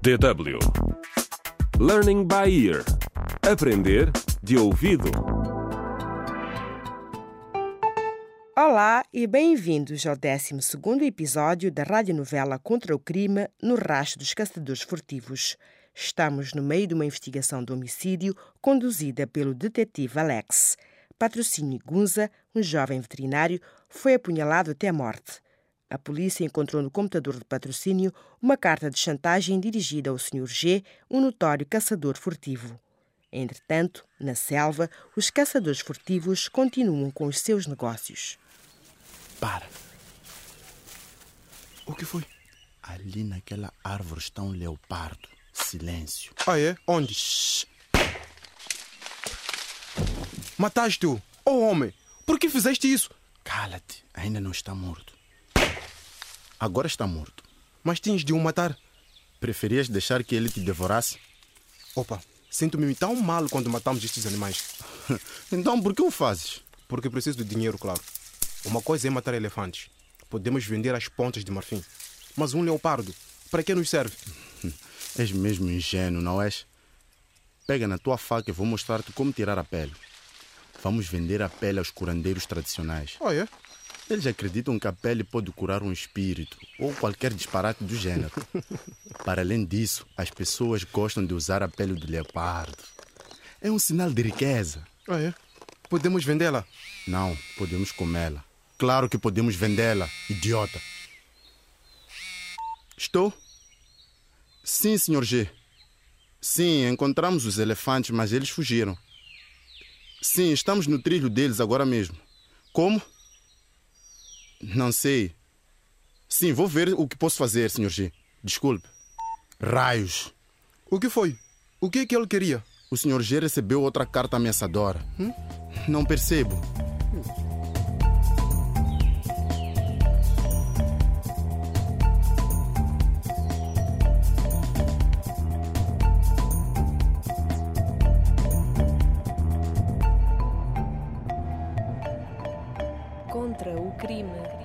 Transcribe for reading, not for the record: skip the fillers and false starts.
DW Learning by Ear. Aprender de ouvido. Olá e bem-vindos ao 12º episódio da radionovela Contra o Crime no Rastro dos Caçadores Furtivos. Estamos no meio de uma investigação de homicídio conduzida pelo detetive Alex. Patrocínio Gunza, um jovem veterinário, foi apunhalado até a morte. A polícia encontrou no computador de Patrocínio uma carta de chantagem dirigida ao Sr. G, um notório caçador furtivo. Entretanto, na selva, os caçadores furtivos continuam com os seus negócios. Para. O que foi? Ali naquela árvore está um leopardo. Silêncio. Ah, é? Onde? Shhh. Mataste-o? Oh, homem, por que fizeste isso? Cala-te, ainda não está morto. Agora está morto. Mas tinhas de o matar. Preferias deixar que ele te devorasse? Opa, sinto-me tão mal quando matamos estes animais. Então por que o fazes? Porque preciso de dinheiro, claro. Uma coisa é matar elefantes. Podemos vender as pontas de marfim. Mas um leopardo, para que nos serve? És mesmo ingênuo, não és? Pega na tua faca e vou mostrar-te como tirar a pele. Vamos vender a pele aos curandeiros tradicionais. Ah, é? Eles acreditam que a pele pode curar um espírito ou qualquer disparate do gênero. Para além disso, as pessoas gostam de usar a pele do leopardo. É um sinal de riqueza. Ah, é? Podemos vendê-la? Não, podemos comê-la. Claro que podemos vendê-la, idiota. Estou? Sim, Sr. G. Sim, encontramos os elefantes, mas eles fugiram. Sim, estamos no trilho deles agora mesmo. Como? Não sei. Sim, vou ver o que posso fazer, Sr. G. Desculpe. Raios. O que foi? O que é que ele queria? O Sr. G recebeu outra carta ameaçadora. Não percebo. Contra o crime.